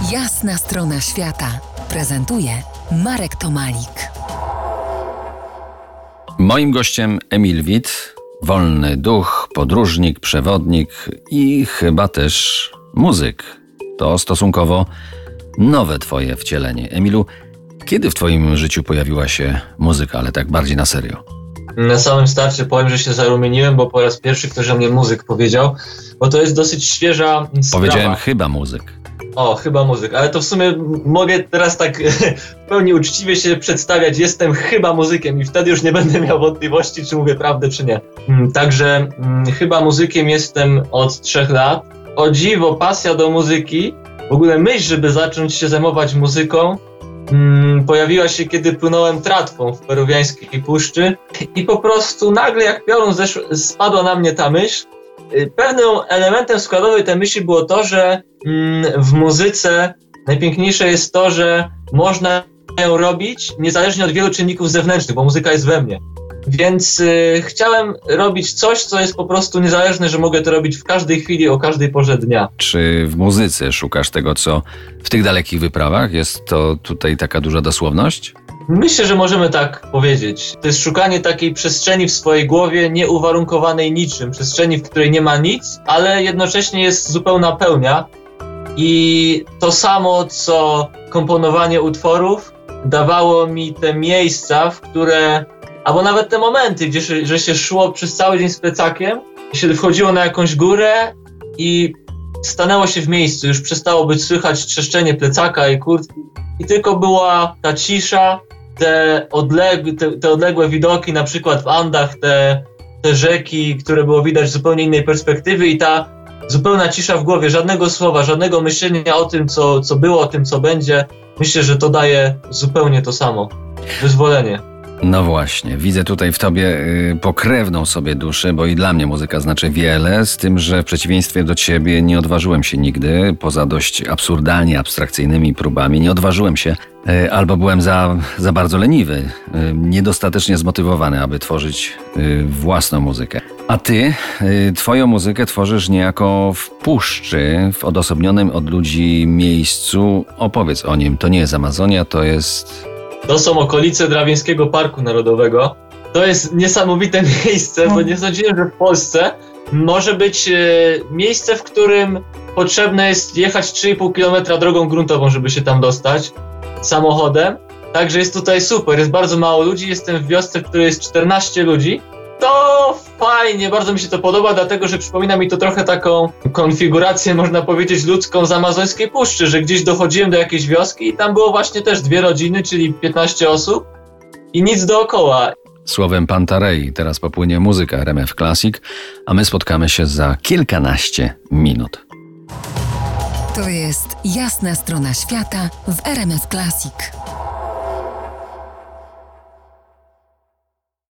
Jasna strona świata prezentuje Marek Tomalik. Moim gościem Emil Wit, wolny duch, podróżnik, przewodnik i chyba też muzyk. To stosunkowo nowe twoje wcielenie. Emilu, kiedy w twoim życiu pojawiła się muzyka, ale tak bardziej na serio? Na samym starcie powiem, że się zarumieniłem, bo po raz pierwszy ktoś o mnie muzyk powiedział, bo to jest dosyć świeża sprawa. Powiedziałem chyba muzyk. O, chyba muzyk, ale to w sumie mogę teraz tak w pełni uczciwie się przedstawiać, jestem chyba muzykiem i wtedy już nie będę miał wątpliwości, czy mówię prawdę, czy nie. Także chyba muzykiem jestem od 3 lat. O dziwo, pasja do muzyki, w ogóle myśl, żeby zacząć się zajmować muzyką, pojawiła się, kiedy płynąłem tratwą w peruwiańskiej puszczy i po prostu nagle jak piorun spadła na mnie ta myśl. Pewnym elementem składowym tej myśli było to, że w muzyce najpiękniejsze jest to, że można ją robić niezależnie od wielu czynników zewnętrznych, bo muzyka jest we mnie. Więc chciałem robić coś, co jest po prostu niezależne, że mogę to robić w każdej chwili, o każdej porze dnia. Czy w muzyce szukasz tego, co w tych dalekich wyprawach? Jest to tutaj taka duża dosłowność? Myślę, że możemy tak powiedzieć. To jest szukanie takiej przestrzeni w swojej głowie, nieuwarunkowanej niczym. Przestrzeni, w której nie ma nic, ale jednocześnie jest zupełna pełnia. I to samo, co komponowanie utworów, dawało mi te miejsca, w które... Albo nawet te momenty, że się szło przez cały dzień z plecakiem, się wchodziło na jakąś górę i stanęło się w miejscu. Już przestało być słychać trzeszczenie plecaka i kurtki. I tylko była ta cisza, te odległe widoki, na przykład w Andach, te rzeki, które było widać z zupełnie innej perspektywy i ta zupełna cisza w głowie, żadnego słowa, żadnego myślenia o tym, co było, o tym, co będzie. Myślę, że to daje zupełnie to samo. Wyzwolenie. No właśnie, widzę tutaj w tobie pokrewną sobie duszę, bo i dla mnie muzyka znaczy wiele, z tym, że w przeciwieństwie do ciebie nie odważyłem się nigdy, poza dość absurdalnie abstrakcyjnymi próbami, nie odważyłem się, albo byłem za bardzo leniwy, niedostatecznie zmotywowany, aby tworzyć własną muzykę. A ty twoją muzykę tworzysz niejako w puszczy, w odosobnionym od ludzi miejscu. Opowiedz o nim, to nie jest Amazonia, to są okolice Drawieńskiego Parku Narodowego. To jest niesamowite miejsce, bo nie sądziłem, że w Polsce może być miejsce, w którym potrzebne jest jechać 3,5 km drogą gruntową, żeby się tam dostać samochodem. Także jest tutaj super, jest bardzo mało ludzi, jestem w wiosce, w której jest 14 ludzi. To fajnie, bardzo mi się to podoba, dlatego że przypomina mi to trochę taką konfigurację, można powiedzieć, ludzką z amazońskiej puszczy, że gdzieś dochodziłem do jakiejś wioski i tam było właśnie też 2 rodziny, czyli 15 osób i nic dookoła. Słowem Pantarei teraz popłynie muzyka RMF Classic, a my spotkamy się za kilkanaście minut. To jest Jasna strona świata w RMF Classic.